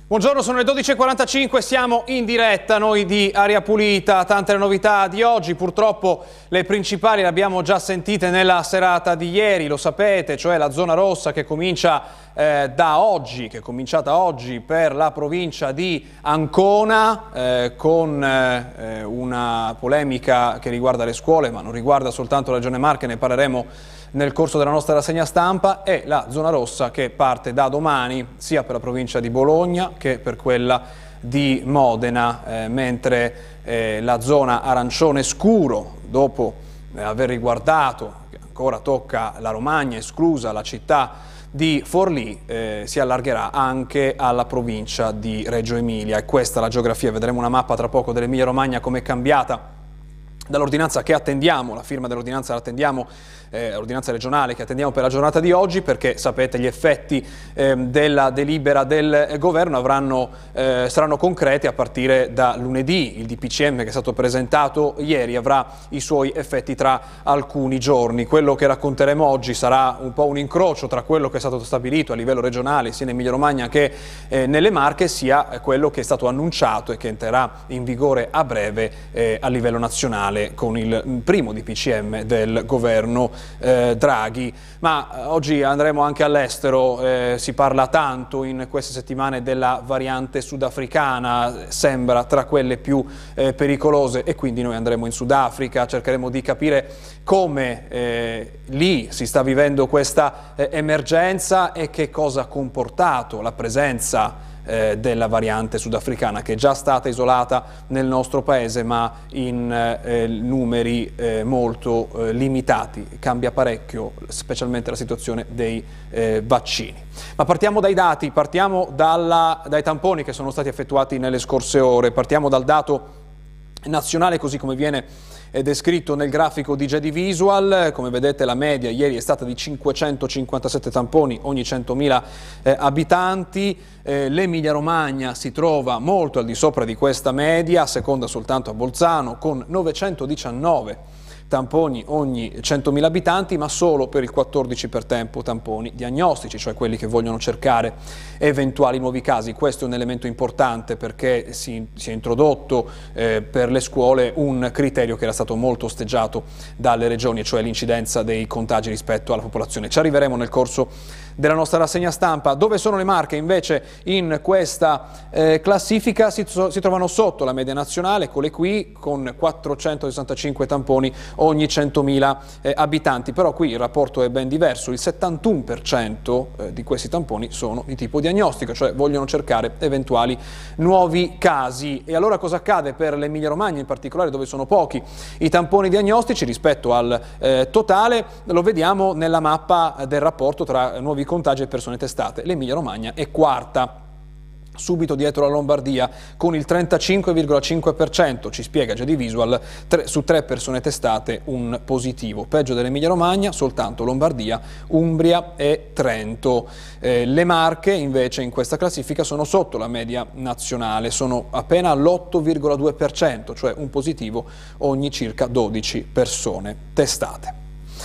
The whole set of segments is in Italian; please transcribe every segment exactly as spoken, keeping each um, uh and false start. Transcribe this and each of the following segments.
Buongiorno, sono le dodici e quarantacinque, siamo in diretta noi di Aria Pulita, tante le novità di oggi, purtroppo le principali le abbiamo già sentite nella serata di ieri, lo sapete, cioè la zona rossa che comincia eh, da oggi, che è cominciata oggi per la provincia di Ancona eh, con eh, una polemica che riguarda le scuole, ma non riguarda soltanto la Regione Marche, ne parleremo nel corso della nostra rassegna stampa, e la zona rossa che parte da domani sia per la provincia di Bologna che per quella di Modena, eh, mentre eh, la zona arancione scuro, dopo eh, aver riguardato, che ancora tocca la Romagna, esclusa la città di Forlì, eh, si allargherà anche alla provincia di Reggio Emilia. E questa è la geografia, vedremo una mappa tra poco dell'Emilia Romagna come è cambiata dall'ordinanza che attendiamo, la firma dell'ordinanza la attendiamo, eh, l'ordinanza regionale che attendiamo per la giornata di oggi, perché sapete gli effetti eh, della delibera del governo avranno, eh, saranno concreti a partire da lunedì. Il D P C M che è stato presentato ieri avrà i suoi effetti tra alcuni giorni. Quello che racconteremo oggi sarà un po' un incrocio tra quello che è stato stabilito a livello regionale sia in Emilia Romagna che eh, nelle Marche, sia quello che è stato annunciato e che entrerà in vigore a breve eh, a livello nazionale con il primo D P C M del governo eh, Draghi. Ma eh, oggi andremo anche all'estero, eh, si parla tanto in queste settimane della variante sudafricana, sembra tra quelle più eh, pericolose, e quindi noi andremo in Sudafrica, cercheremo di capire come eh, lì si sta vivendo questa eh, emergenza e che cosa ha comportato la presenza Eh, della variante sudafricana, che è già stata isolata nel nostro paese ma in eh, numeri eh, molto eh, limitati. Cambia parecchio specialmente la situazione dei eh, vaccini. Ma partiamo dai dati, partiamo dalla, dai tamponi che sono stati effettuati nelle scorse ore, partiamo dal dato nazionale così come viene è descritto nel grafico di Gedi Visual. Come vedete la media ieri è stata di cinquecentocinquantasette tamponi ogni centomila eh, abitanti. Eh, L'Emilia Romagna si trova molto al di sopra di questa media, seconda soltanto a Bolzano con novecentodiciannove tamponi ogni centomila abitanti, ma solo per il quattordici per cento tamponi diagnostici, cioè quelli che vogliono cercare eventuali nuovi casi. Questo è un elemento importante perché si, si è introdotto eh, per le scuole un criterio che era stato molto osteggiato dalle regioni, cioè l'incidenza dei contagi rispetto alla popolazione. Ci arriveremo nel corso della nostra rassegna stampa. Dove sono le Marche invece in questa eh, classifica? Si, si trovano sotto la media nazionale, eccole qui, con quattrocentosessantacinque tamponi ogni centomila eh, abitanti, però qui il rapporto è ben diverso. Il settantuno per cento eh, di questi tamponi sono di tipo diagnostico, cioè vogliono cercare eventuali nuovi casi. E allora cosa accade per l'Emilia Romagna in particolare, dove sono pochi i tamponi diagnostici rispetto al eh, totale? Lo vediamo nella mappa del rapporto tra nuovi contagi e persone testate. L'Emilia Romagna è quarta, subito dietro la Lombardia con il trentacinque virgola cinque per cento, ci spiega Gedi Visual, tre, su tre persone testate un positivo. Peggio dell'Emilia Romagna soltanto Lombardia, Umbria e Trento. Eh, le Marche invece in questa classifica sono sotto la media nazionale, sono appena all'otto virgola due per cento, cioè un positivo ogni circa dodici persone testate.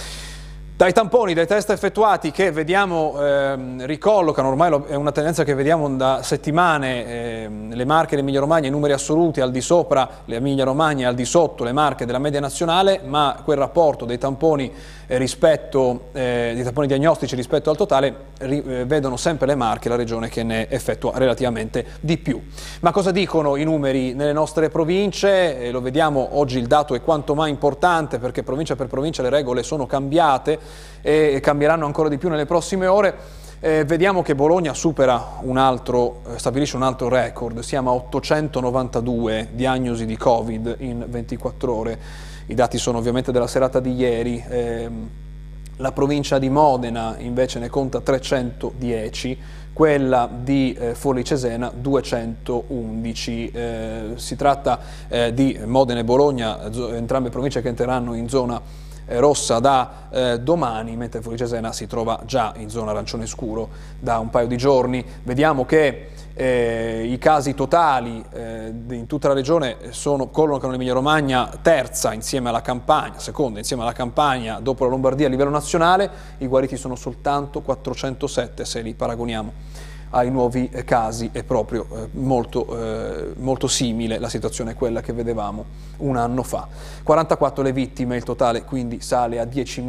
Dai tamponi, dai test effettuati che vediamo ehm, ricollocano, ormai è una tendenza che vediamo da settimane, ehm, le Marche e l'Emilia Romagna in numeri assoluti al di sopra, l'Emilia Romagna al di sotto le Marche della media nazionale, ma quel rapporto dei tamponi, eh, rispetto, eh, dei tamponi diagnostici rispetto al totale ri, eh, vedono sempre le Marche, la regione che ne effettua relativamente di più. Ma cosa dicono i numeri nelle nostre province? Eh, lo vediamo oggi, il dato è quanto mai importante perché provincia per provincia le regole sono cambiate e cambieranno ancora di più nelle prossime ore. Eh, vediamo che Bologna supera un altro, eh, stabilisce un altro record, siamo a ottocentonovantadue diagnosi di Covid in ventiquattro ore. I dati sono ovviamente della serata di ieri. Eh, la provincia di Modena invece ne conta trecentodieci, quella di eh, Forlì Cesena duecentoundici. Eh, si tratta eh, di Modena e Bologna, entrambe province che entreranno in zona rossa da eh, domani, mentre Forlì Cesena si trova già in zona arancione scuro da un paio di giorni. Vediamo che eh, i casi totali eh, in tutta la regione sono, collocano l'Emilia Romagna terza insieme alla Campania, seconda insieme alla Campania dopo la Lombardia a livello nazionale. I guariti sono soltanto quattrocentosette se li paragoniamo ai nuovi casi è proprio eh, molto, eh, molto simile la situazione a quella che vedevamo un anno fa. quarantaquattro le vittime, il totale quindi sale a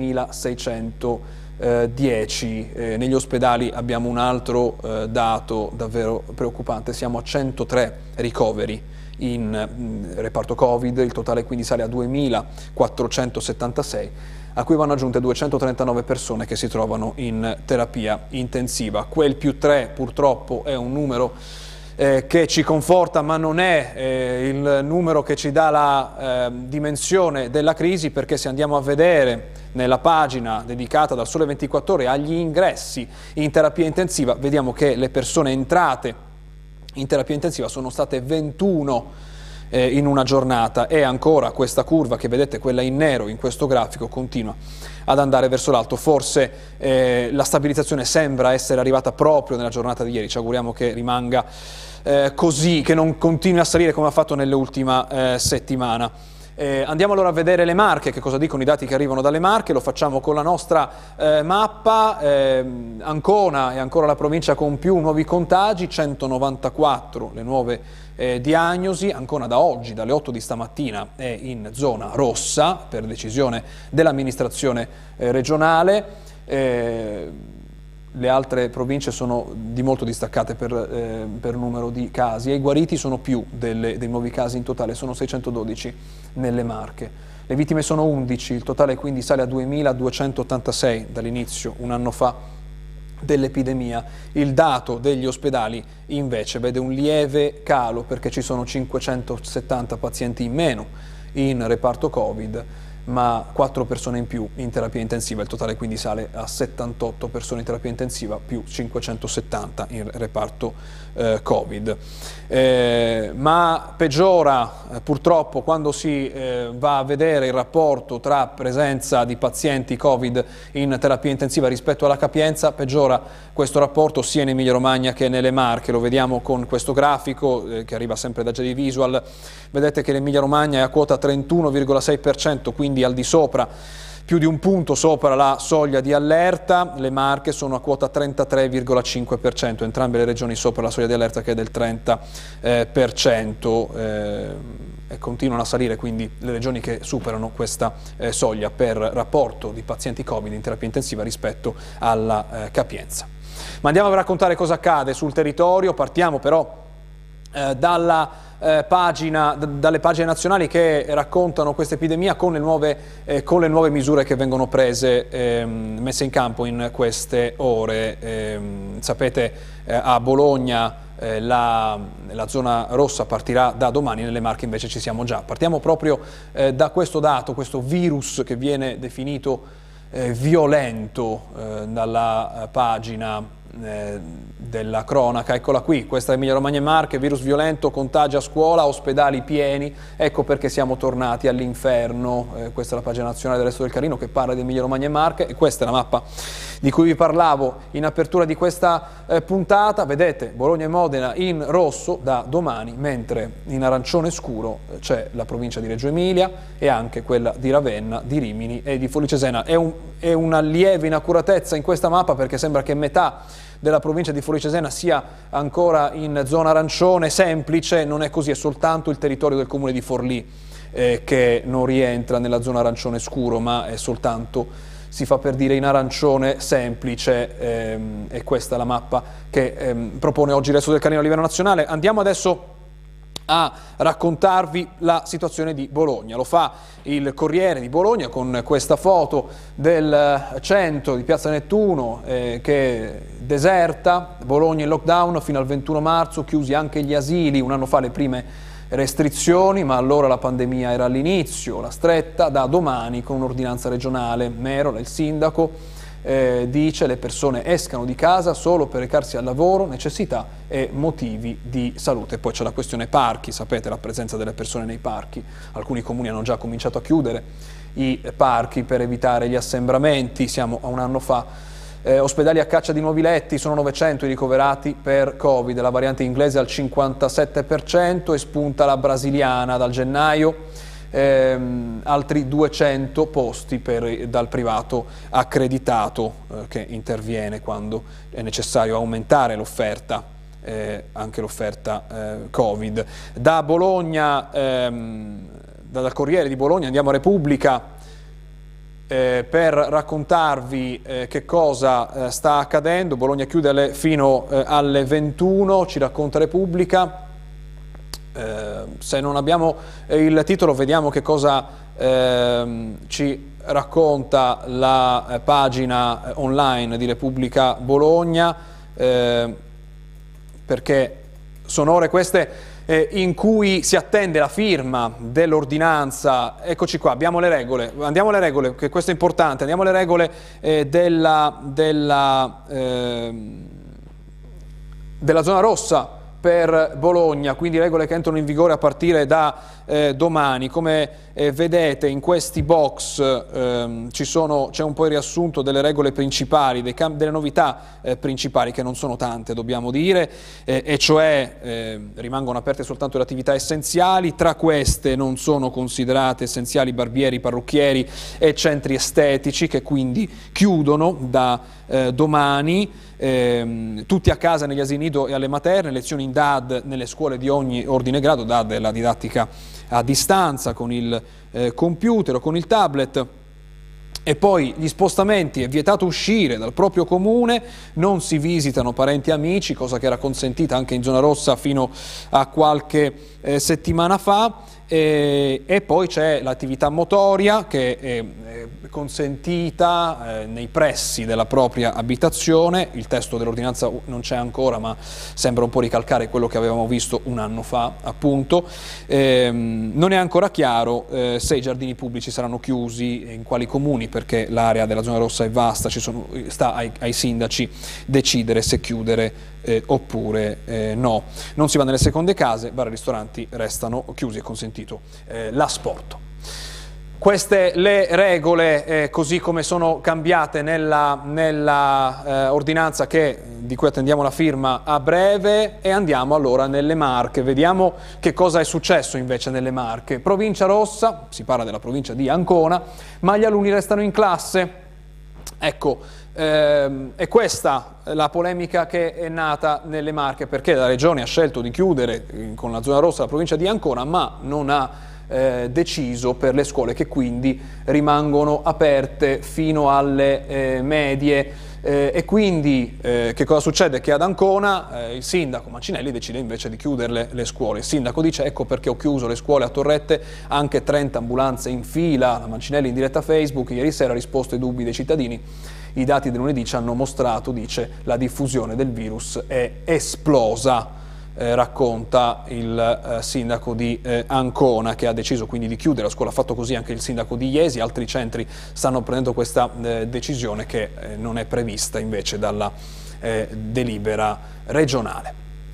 diecimilaseicentodieci. Eh, negli ospedali abbiamo un altro eh, dato davvero preoccupante, siamo a centotré ricoveri in mh, reparto Covid, il totale quindi sale a duemilaquattrocentosettantasei, a cui vanno aggiunte duecentotrentanove persone che si trovano in terapia intensiva. Quel più tre purtroppo è un numero eh, che ci conforta, ma non è eh, il numero che ci dà la eh, dimensione della crisi, perché se andiamo a vedere nella pagina dedicata dal Sole ventiquattro Ore agli ingressi in terapia intensiva, vediamo che le persone entrate in terapia intensiva sono state ventuno eh, in una giornata, e ancora questa curva che vedete, quella in nero in questo grafico, continua ad andare verso l'alto. Forse eh, la stabilizzazione sembra essere arrivata proprio nella giornata di ieri, ci auguriamo che rimanga eh, così, che non continui a salire come ha fatto nell'ultima eh, settimana. Eh, andiamo allora a vedere le Marche, che cosa dicono i dati che arrivano dalle Marche. Lo facciamo con la nostra eh, mappa. eh, Ancona è ancora la provincia con più nuovi contagi, centonovantaquattro le nuove eh, diagnosi. Ancona da oggi, dalle otto di stamattina, è in zona rossa per decisione dell'amministrazione eh, regionale. Eh, Le altre province sono di molto distaccate per, eh, per numero di casi, e i guariti sono più delle, dei nuovi casi in totale, sono seicentododici nelle Marche. Le vittime sono undici, il totale quindi sale a duemiladuecentottantasei dall'inizio, un anno fa, dell'epidemia. Il dato degli ospedali invece vede un lieve calo, perché ci sono cinquecentosettanta pazienti in meno in reparto Covid, ma quattro persone in più in terapia intensiva, il totale quindi sale a settantotto persone in terapia intensiva più cinquecentosettanta in reparto eh, Covid. Eh, ma peggiora eh, purtroppo quando si eh, va a vedere il rapporto tra presenza di pazienti Covid in terapia intensiva rispetto alla capienza, peggiora questo rapporto sia in Emilia Romagna che nelle Marche. Lo vediamo con questo grafico eh, che arriva sempre da G D Visual. Vedete che l'Emilia Romagna è a quota trentuno virgola sei per cento, quindi al di sopra, più di un punto sopra la soglia di allerta. Le Marche sono a quota trentatré virgola cinque per cento, entrambe le regioni sopra la soglia di allerta, che è del trenta per cento, eh, e continuano a salire quindi le regioni che superano questa eh, soglia per rapporto di pazienti Covid in terapia intensiva rispetto alla eh, capienza. Ma andiamo a raccontare cosa accade sul territorio. Partiamo però eh, dalla Eh, pagina, dalle pagine nazionali che raccontano questa epidemia con le nuove, eh, con le nuove misure che vengono prese, ehm, messe in campo in queste ore. Ehm, sapete, eh, a Bologna eh, la, la zona rossa partirà da domani, nelle Marche invece ci siamo già. Partiamo proprio eh, da questo dato, questo virus che viene definito eh, violento eh, dalla pagina della cronaca. Eccola qui, questa è Emilia Romagna e Marche, virus violento, contagi a scuola, ospedali pieni, ecco perché siamo tornati all'inferno. Eh, questa è la pagina nazionale del Resto del Carlino che parla di Emilia Romagna e Marche, e questa è la mappa di cui vi parlavo in apertura di questa eh, puntata. Vedete Bologna e Modena in rosso da domani, mentre in arancione scuro c'è la provincia di Reggio Emilia e anche quella di Ravenna, di Rimini e di Forlì Cesena. È, un, è una lieve inaccuratezza in questa mappa, perché sembra che metà della provincia di Forlì Cesena sia ancora in zona arancione semplice. Non è così, è soltanto il territorio del comune di Forlì eh, che non rientra nella zona arancione scuro, ma è soltanto, si fa per dire, in arancione semplice, ehm, e questa è la mappa che ehm, propone oggi il Resto del Carlino a livello nazionale. Andiamo adesso a raccontarvi la situazione di Bologna. Lo fa il Corriere di Bologna con questa foto del centro di Piazza Nettuno eh, che deserta. Bologna in lockdown fino al ventuno marzo, chiusi anche gli asili. Un anno fa le prime restrizioni, ma allora la pandemia era all'inizio. La stretta da domani con un'ordinanza regionale. Merola, il sindaco, Eh, dice le persone escano di casa solo per recarsi al lavoro, necessità e motivi di salute. Poi c'è la questione parchi, sapete, la presenza delle persone nei parchi. Alcuni comuni hanno già cominciato a chiudere i parchi per evitare gli assembramenti. Siamo a un anno fa. Eh, ospedali a caccia di nuovi letti, sono novecento i ricoverati per Covid, la variante inglese al cinquantasette per cento, e spunta la brasiliana dal gennaio. ehm, altri duecento posti per, dal privato accreditato eh, che interviene quando è necessario aumentare l'offerta, eh, anche l'offerta eh, Covid. Da Bologna, ehm, dal Corriere di Bologna andiamo a Repubblica, Eh, per raccontarvi eh, che cosa eh, sta accadendo. Bologna chiude alle, fino eh, alle ventuno, ci racconta Repubblica. Eh, se non abbiamo eh, il titolo, vediamo che cosa eh, ci racconta la eh, pagina online di Repubblica Bologna, eh, perché sono ore queste Eh, in cui si attende la firma dell'ordinanza. Eccoci qua, abbiamo le regole, andiamo alle regole, che questo è importante, andiamo alle regole eh, della, della, eh, della zona rossa per Bologna, quindi regole che entrano in vigore a partire da eh, domani. Come eh, vedete in questi box eh, ci sono, c'è un po' il riassunto delle regole principali, dei delle novità eh, principali, che non sono tante, dobbiamo dire, eh, e cioè eh, rimangono aperte soltanto le attività essenziali. Tra queste non sono considerate essenziali barbieri, parrucchieri e centri estetici, che quindi chiudono da eh, domani. Eh, tutti a casa negli asili nido e alle materne, lezioni in D A D nelle scuole di ogni ordine e grado. D A D è la didattica a distanza con il eh, computer o con il tablet. E poi gli spostamenti: è vietato uscire dal proprio comune, non si visitano parenti e amici, cosa che era consentita anche in zona rossa fino a qualche eh, settimana fa. E, e poi c'è l'attività motoria, che è, è consentita eh, nei pressi della propria abitazione. Il testo dell'ordinanza non c'è ancora, ma sembra un po' ricalcare quello che avevamo visto un anno fa, appunto. Ehm, non è ancora chiaro eh, se i giardini pubblici saranno chiusi e in quali comuni, perché l'area della zona rossa è vasta, ci sono, sta ai, ai sindaci decidere se chiudere eh, oppure eh, no. Non si va nelle seconde case, bar e ristoranti restano chiusi, è consentito eh, l'asporto. Queste le regole eh, così come sono cambiate nella, nella eh, ordinanza che, di cui attendiamo la firma a breve. E andiamo allora nelle Marche, vediamo che cosa è successo invece nelle Marche. Provincia rossa, si parla della provincia di Ancona, ma gli alunni restano in classe. Ecco, ehm, è questa la polemica che è nata nelle Marche, perché la Regione ha scelto di chiudere eh, con la zona rossa la provincia di Ancona, ma non ha eh, deciso per le scuole che quindi rimangono aperte fino alle eh, medie. Eh, e quindi eh, che cosa succede? Che ad Ancona eh, il sindaco Mancinelli decide invece di chiuderle le scuole. Il sindaco dice: ecco perché ho chiuso le scuole a Torrette, anche trenta ambulanze in fila. La Mancinelli in diretta Facebook ieri sera ha risposto ai dubbi dei cittadini. I dati del lunedì ci hanno mostrato, dice, la diffusione del virus è esplosa. Eh, racconta il eh, sindaco di eh, Ancona, che ha deciso quindi di chiudere la scuola. Ha fatto così anche il sindaco di Iesi. Altri centri stanno prendendo questa eh, decisione, che eh, non è prevista invece dalla eh, delibera regionale.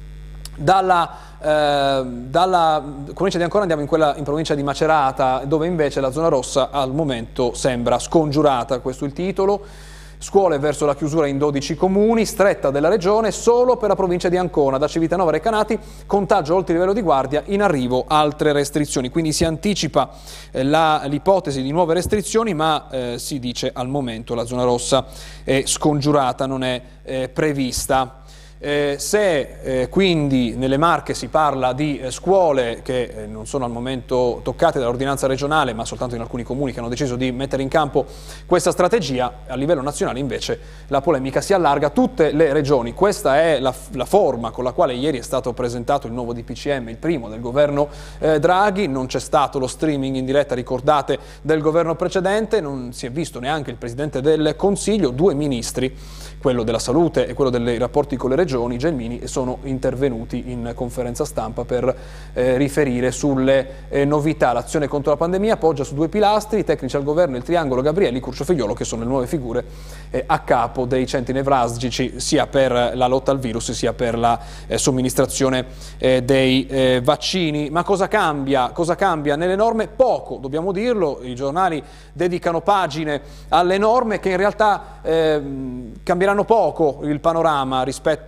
Dalla, eh, dalla provincia di Ancona andiamo in quella in provincia di Macerata, dove invece la zona rossa al momento sembra scongiurata. Questo è il titolo. Scuole verso la chiusura in dodici comuni, stretta della regione solo per la provincia di Ancona. Da Civitanova a Recanati, contagio oltre il livello di guardia, in arrivo altre restrizioni. Quindi si anticipa eh, l'ipotesi di nuove restrizioni, ma eh, si dice al momento la zona rossa è scongiurata, non è eh, prevista. Eh, se eh, quindi nelle Marche si parla di eh, scuole che eh, non sono al momento toccate dall'ordinanza regionale, ma soltanto in alcuni comuni che hanno deciso di mettere in campo questa strategia, a livello nazionale invece la polemica si allarga a tutte le regioni. Questa è la, la forma con la quale ieri è stato presentato il nuovo D P C M, il primo del governo eh, Draghi. Non c'è stato lo streaming in diretta, ricordate, del governo precedente, non si è visto neanche il Presidente del Consiglio. Due ministri, quello della salute e quello dei rapporti con le regioni, Gelmini, sono intervenuti in conferenza stampa per eh, riferire sulle eh, novità. L'azione contro la pandemia poggia su due pilastri: i tecnici al governo e il triangolo Gabrielli, Curcio Figliuolo, che sono le nuove figure eh, a capo dei centri nevralgici sia per la lotta al virus sia per la eh, somministrazione eh, dei eh, vaccini. Ma cosa cambia? Cosa cambia nelle norme? Poco, dobbiamo dirlo. I giornali dedicano pagine alle norme che in realtà eh, cambieranno poco il panorama rispetto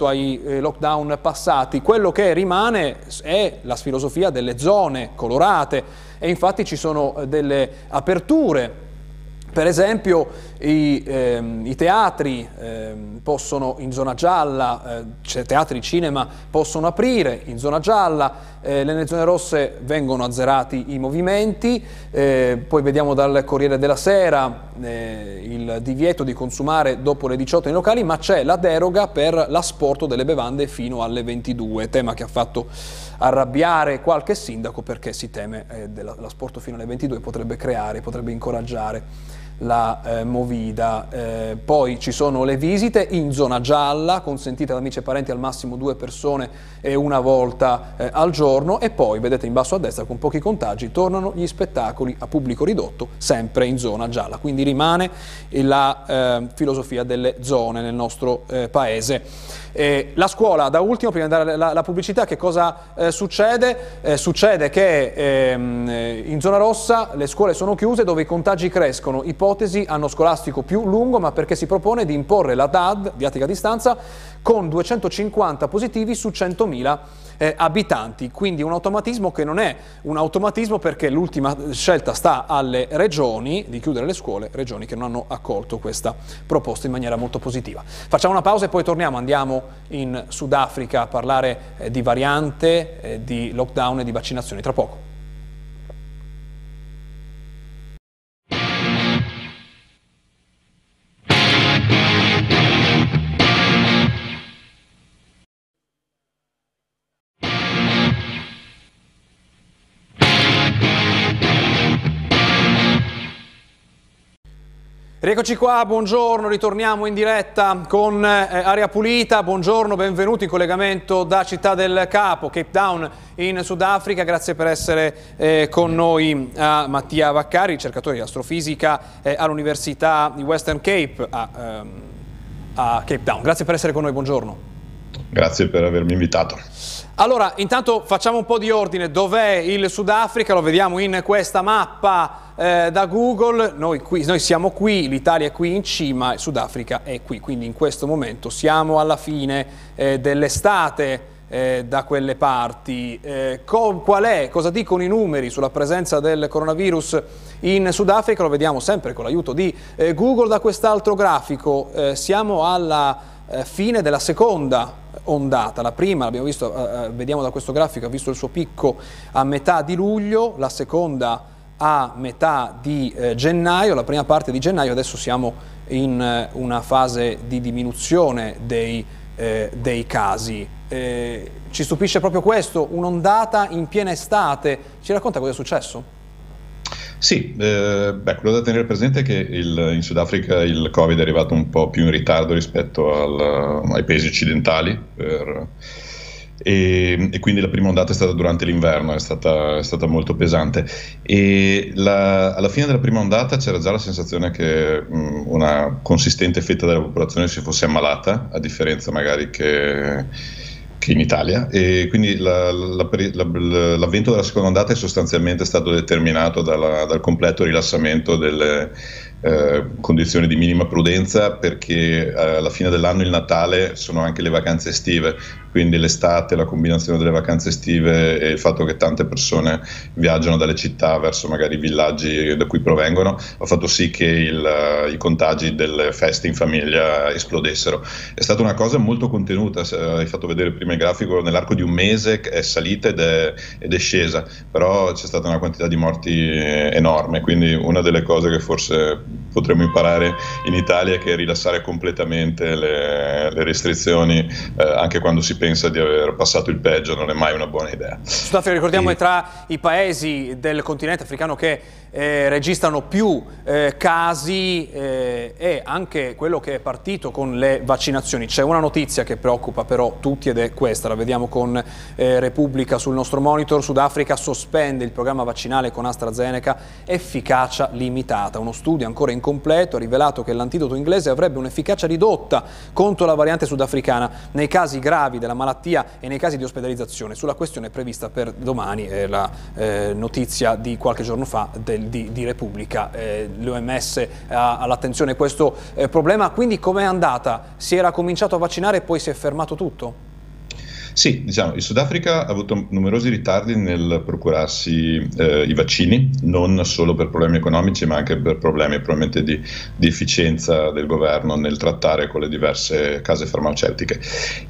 ai eh, lockdown passati. Quello che rimane è la filosofia delle zone colorate e infatti ci sono delle aperture. Per esempio i, ehm, i teatri ehm, possono in zona gialla, eh, cioè teatri, cinema possono aprire in zona gialla, eh, nelle zone rosse vengono azzerati i movimenti, eh, poi vediamo dal Corriere della Sera eh, il divieto di consumare dopo le diciotto nei locali, ma c'è la deroga per l'asporto delle bevande fino alle ventidue, tema che ha fatto arrabbiare qualche sindaco perché si teme eh, dell'asporto fino alle ventidue potrebbe creare, potrebbe incoraggiare la eh, movida. Eh, poi ci sono le visite in zona gialla, consentite ad amici e parenti al massimo due persone e una volta eh, al giorno, e poi vedete in basso a destra con pochi contagi tornano gli spettacoli a pubblico ridotto sempre in zona gialla, quindi rimane la eh, filosofia delle zone nel nostro eh, paese. Eh, la scuola, da ultimo, prima di andare alla, alla pubblicità, che cosa eh, succede? Eh, succede che ehm, in zona rossa le scuole sono chiuse dove i contagi crescono, ipotesi anno scolastico più lungo, ma perché si propone di imporre la D A D, didattica a distanza, con duecentocinquanta positivi su centomila eh, abitanti, quindi un automatismo che non è un automatismo perché l'ultima scelta sta alle regioni di chiudere le scuole, regioni che non hanno accolto questa proposta in maniera molto positiva. Facciamo una pausa e poi torniamo, andiamo in Sudafrica a parlare eh, di variante, eh, di lockdown e di vaccinazioni tra poco. Rieccoci qua, buongiorno, ritorniamo in diretta con eh, Aria Pulita, buongiorno, benvenuti in collegamento da Città del Capo, Cape Town in Sudafrica. Grazie per essere eh, con noi a Mattia Vaccari, ricercatore di astrofisica eh, all'Università di Western Cape a, ehm, a Cape Town. Grazie per essere con noi, buongiorno. Grazie per avermi invitato. Allora, intanto facciamo un po' di ordine. Dov'è il Sudafrica? Lo vediamo in questa mappa eh, da Google. Noi, qui, noi siamo qui, l'Italia è qui in cima, il Sudafrica è qui. Quindi in questo momento siamo alla fine eh, dell'estate eh, da quelle parti. Eh, qual è, cosa dicono i numeri sulla presenza del coronavirus in Sudafrica? Lo vediamo sempre con l'aiuto di eh, Google da quest'altro grafico. Eh, siamo alla eh, fine della seconda ondata. La prima, l'abbiamo visto, eh, vediamo da questo grafico, ha visto il suo picco a metà di luglio, la seconda a metà di eh, gennaio, la prima parte di gennaio. Adesso siamo in eh, una fase di diminuzione dei, eh, dei casi. Eh, ci stupisce proprio questo, un'ondata in piena estate. Ci racconta cosa è successo? Sì, eh, beh, quello da tenere presente è che il, in Sudafrica il Covid è arrivato un po' più in ritardo rispetto al, ai paesi occidentali per, e, e quindi la prima ondata è stata durante l'inverno, è stata, è stata molto pesante e la, alla fine della prima ondata c'era già la sensazione che mh, una consistente fetta della popolazione si fosse ammalata, a differenza magari che che in Italia, e quindi la, la, la, l'avvento della seconda ondata è sostanzialmente stato determinato dalla, dal completo rilassamento delle eh, condizioni di minima prudenza, perché eh, alla fine dell'anno il Natale sono anche le vacanze estive, quindi l'estate, la combinazione delle vacanze estive e il fatto che tante persone viaggiano dalle città verso magari i villaggi da cui provengono ha fatto sì che il, i contagi delle feste in famiglia esplodessero. È stata una cosa molto contenuta, hai fatto vedere prima il grafico, nell'arco di un mese è salita ed è, ed è scesa, però c'è stata una quantità di morti enorme, quindi una delle cose che forse potremmo imparare in Italia è che rilassare completamente le, le restrizioni eh, anche quando si pensa di aver passato il peggio non è mai una buona idea. Sudafrica, ricordiamo, e... è tra i paesi del continente africano che eh, registrano più eh, casi eh, e anche quello che è partito con le vaccinazioni. C'è una notizia che preoccupa però tutti ed è questa, la vediamo con eh, Repubblica sul nostro monitor. Sudafrica sospende il programma vaccinale con AstraZeneca, efficacia limitata. Uno studio ancora incompleto ha rivelato che l'antidoto inglese avrebbe un'efficacia ridotta contro la variante sudafricana nei casi gravi della malattia e nei casi di ospedalizzazione. Sulla questione è prevista per domani eh, la eh, notizia di qualche giorno fa del di, di Repubblica. Eh, L'O M S ha all'attenzione questo eh, problema, quindi com'è andata? Si era cominciato a vaccinare e poi si è fermato tutto? Sì, diciamo, il Sudafrica ha avuto numerosi ritardi nel procurarsi eh, i vaccini, non solo per problemi economici, ma anche per problemi probabilmente di, di efficienza del governo nel trattare con le diverse case farmaceutiche.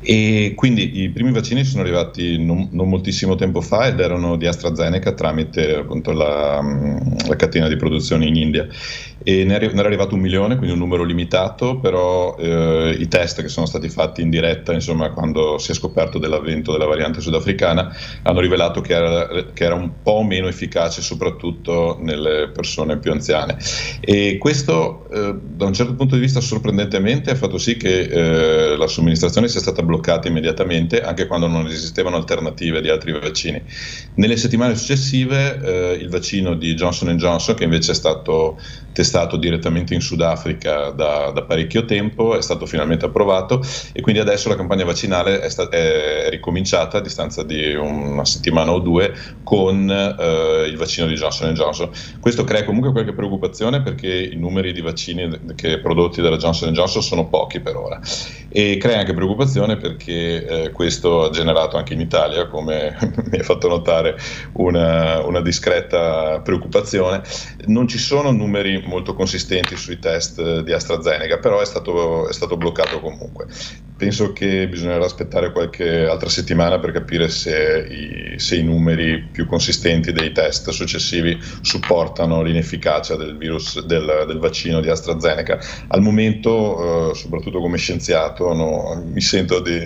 E quindi i primi vaccini sono arrivati non, non moltissimo tempo fa ed erano di AstraZeneca tramite appunto la, la catena di produzione in India. E ne è arrivato un milione, quindi un numero limitato, però eh, i test che sono stati fatti in diretta, insomma, quando si è scoperto dell'avvento della variante sudafricana, hanno rivelato che era, che era un po' meno efficace soprattutto nelle persone più anziane. E questo eh, da un certo punto di vista sorprendentemente ha fatto sì che eh, la somministrazione sia stata bloccata immediatamente, anche quando non esistevano alternative di altri vaccini. Nelle settimane successive eh, il vaccino di Johnson and Johnson, che invece è stato testato direttamente in Sudafrica da, da parecchio tempo, è stato finalmente approvato e quindi adesso la campagna vaccinale è, sta- è ricominciata a distanza di una settimana o due con eh, il vaccino di Johnson and Johnson. Questo crea comunque qualche preoccupazione perché i numeri di vaccini che prodotti dalla Johnson and Johnson sono pochi per ora e crea anche preoccupazione perché eh, questo ha generato anche in Italia, come mi ha fatto notare, una, una discreta preoccupazione. Non ci sono numeri molto consistenti sui test di AstraZeneca, però è stato, è stato bloccato comunque. Penso che bisognerà aspettare qualche altra settimana per capire se i, se i numeri più consistenti dei test successivi supportano l'inefficacia del virus del, del vaccino di AstraZeneca. Al momento, eh, soprattutto come scienziato, no, mi sento di,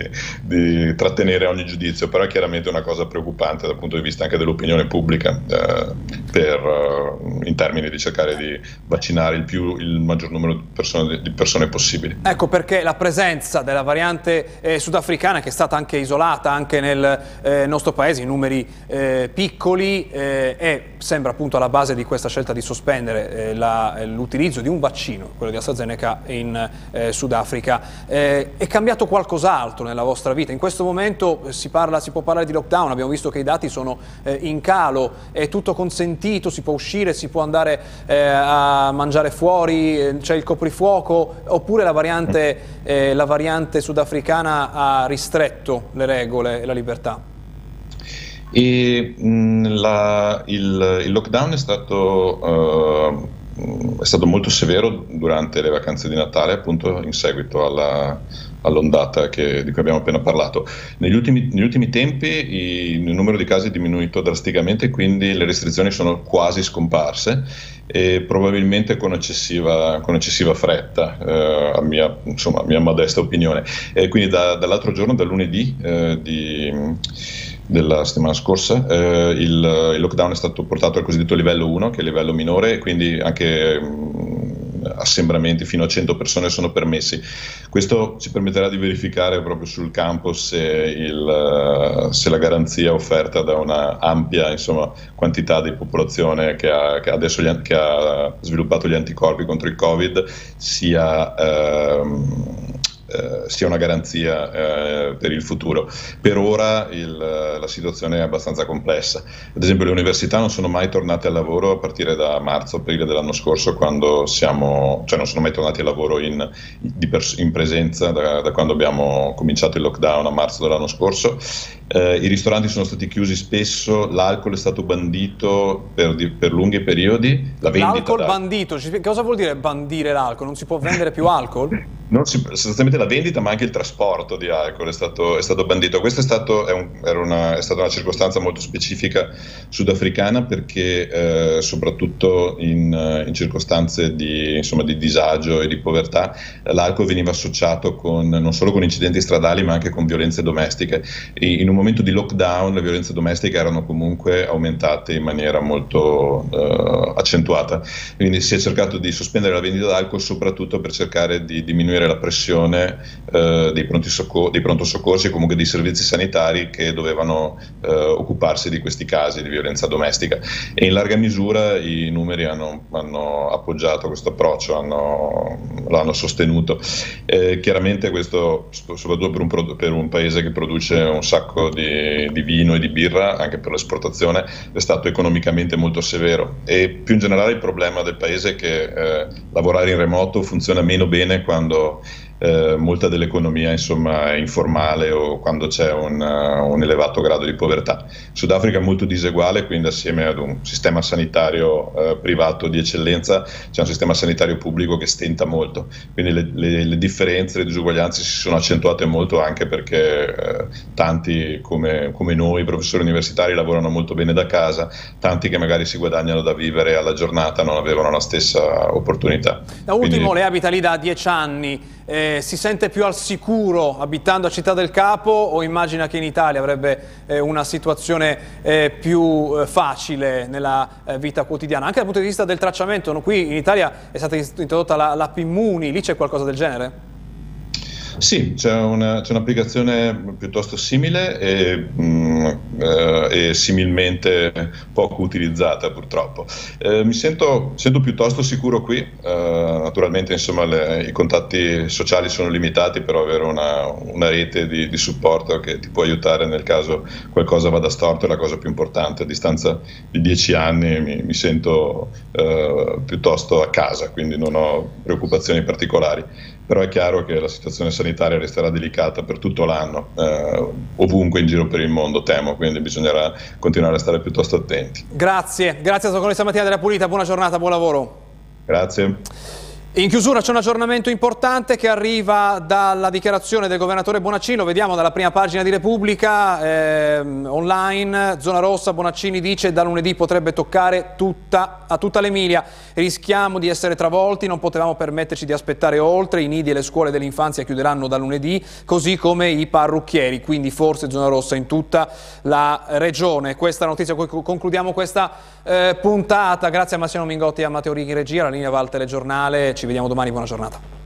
di trattenere ogni giudizio, però è chiaramente una cosa preoccupante dal punto di vista anche dell'opinione pubblica, eh, per, eh, in termini di cercare di vaccinare il, più, il maggior numero di persone, di persone possibili. Ecco perché la presenza della variante eh, sudafricana, che è stata anche isolata anche nel eh, nostro paese in numeri eh, piccoli, eh, e sembra appunto alla base di questa scelta di sospendere eh, la, l'utilizzo di un vaccino, quello di AstraZeneca, in eh, Sudafrica. Eh, è cambiato qualcos'altro nella vostra vita? In questo momento si, parla, si può parlare di lockdown, abbiamo visto che i dati sono eh, in calo, è tutto consentito, si può uscire, si può andare eh, a mangiare fuori, c'è il coprifuoco, oppure la variante, eh, la variante sudafricana ha ristretto le regole e la libertà? E, mh, la, il, il lockdown è stato, uh, è stato molto severo durante le vacanze di Natale, appunto in seguito alla, all'ondata che, di cui abbiamo appena parlato. Negli ultimi, negli ultimi tempi i, il numero di casi è diminuito drasticamente, quindi le restrizioni sono quasi scomparse e probabilmente con eccessiva, con eccessiva fretta, eh, a, mia, insomma, a mia modesta opinione. E quindi da, dall'altro giorno, dal lunedì eh, di... della settimana scorsa, eh, il, il lockdown è stato portato al cosiddetto livello uno, che è il livello minore, e quindi anche mh, assembramenti fino a cento persone sono permessi. Questo ci permetterà di verificare proprio sul campo se, il, se la garanzia offerta da una ampia, insomma, quantità di popolazione che ha, che adesso gli, che ha sviluppato gli anticorpi contro il Covid sia ehm, Eh, sia una garanzia eh, per il futuro. Per ora il, la situazione è abbastanza complessa. Ad esempio le università non sono mai tornate al lavoro a partire da marzo, aprile dell'anno scorso, quando siamo, cioè non sono mai tornati al lavoro in, di pers- in presenza da, da quando abbiamo cominciato il lockdown a marzo dell'anno scorso. Eh, I ristoranti sono stati chiusi spesso, l'alcol è stato bandito per, di, per lunghi periodi. La vendita l'alcol da... bandito, cosa vuol dire bandire l'alcol? Non si può vendere più alcol? Non si, sostanzialmente la vendita ma anche il trasporto di alcol è stato, è stato bandito. Questa è, stato, è, un, era una, è stata una circostanza molto specifica sudafricana perché eh, soprattutto in, in circostanze di, insomma, di disagio e di povertà l'alcol veniva associato con, non solo con incidenti stradali ma anche con violenze domestiche. E in un momento di lockdown le violenze domestiche erano comunque aumentate in maniera molto eh, accentuata, quindi si è cercato di sospendere la vendita d'alcol soprattutto per cercare di diminuire la pressione come eh, dei, pronti soccor- dei pronto soccorsi e comunque dei servizi sanitari che dovevano eh, occuparsi di questi casi di violenza domestica, e in larga misura i numeri hanno, hanno appoggiato questo approccio, hanno, lo hanno sostenuto. Eh, chiaramente questo, soprattutto per un, pro- per un paese che produce un sacco di, di vino e di birra, anche per l'esportazione, è stato economicamente molto severo, e più in generale il problema del paese è che eh, lavorare in remoto funziona meno bene quando eh, molta dell'economia insomma è informale o quando c'è un, uh, un elevato grado di povertà. Il Sudafrica è molto diseguale, quindi assieme ad un sistema sanitario eh, privato di eccellenza c'è un sistema sanitario pubblico che stenta molto, quindi le, le, le differenze, le disuguaglianze si sono accentuate molto, anche perché eh, tanti come, come noi professori universitari lavorano molto bene da casa, tanti che magari si guadagnano da vivere alla giornata non avevano la stessa opportunità. Da ultimo, quindi... lei abita lì da dieci anni, eh, si sente più al sicuro abitando a Città del Capo, o immagina che in Italia avrebbe eh, una situazione eh, più eh, facile nella eh, vita quotidiana? Anche dal punto di vista del tracciamento, no? Qui in Italia è stata introdotta la, l'app Immuni, lì c'è qualcosa del genere? Sì, c'è, una, c'è un'applicazione piuttosto simile e, mh, eh, e similmente poco utilizzata purtroppo. Eh, mi sento, sento piuttosto sicuro qui, eh, naturalmente insomma le, i contatti sociali sono limitati, però avere una, una rete di, di supporto che ti può aiutare nel caso qualcosa vada storto è la cosa più importante. A distanza di dieci anni mi, mi sento eh, piuttosto a casa, quindi non ho preoccupazioni particolari. Però è chiaro che la situazione sanitaria resterà delicata per tutto l'anno, eh, ovunque in giro per il mondo, temo, quindi bisognerà continuare a stare piuttosto attenti. Grazie, grazie alla sottosegretario Mattia Della Pulita, buona giornata, buon lavoro. Grazie. In chiusura c'è un aggiornamento importante che arriva dalla dichiarazione del governatore Bonaccini, lo vediamo dalla prima pagina di Repubblica, eh, online, zona rossa. Bonaccini dice da lunedì potrebbe toccare tutta, a tutta l'Emilia, rischiamo di essere travolti, non potevamo permetterci di aspettare oltre, i nidi e le scuole dell'infanzia chiuderanno da lunedì, così come i parrucchieri, quindi forse zona rossa in tutta la regione. Questa notizia, concludiamo questa eh, puntata, grazie a Massimo Mingotti e a Matteo Righi in regia, la linea va al telegiornale. Ci vediamo domani, buona giornata.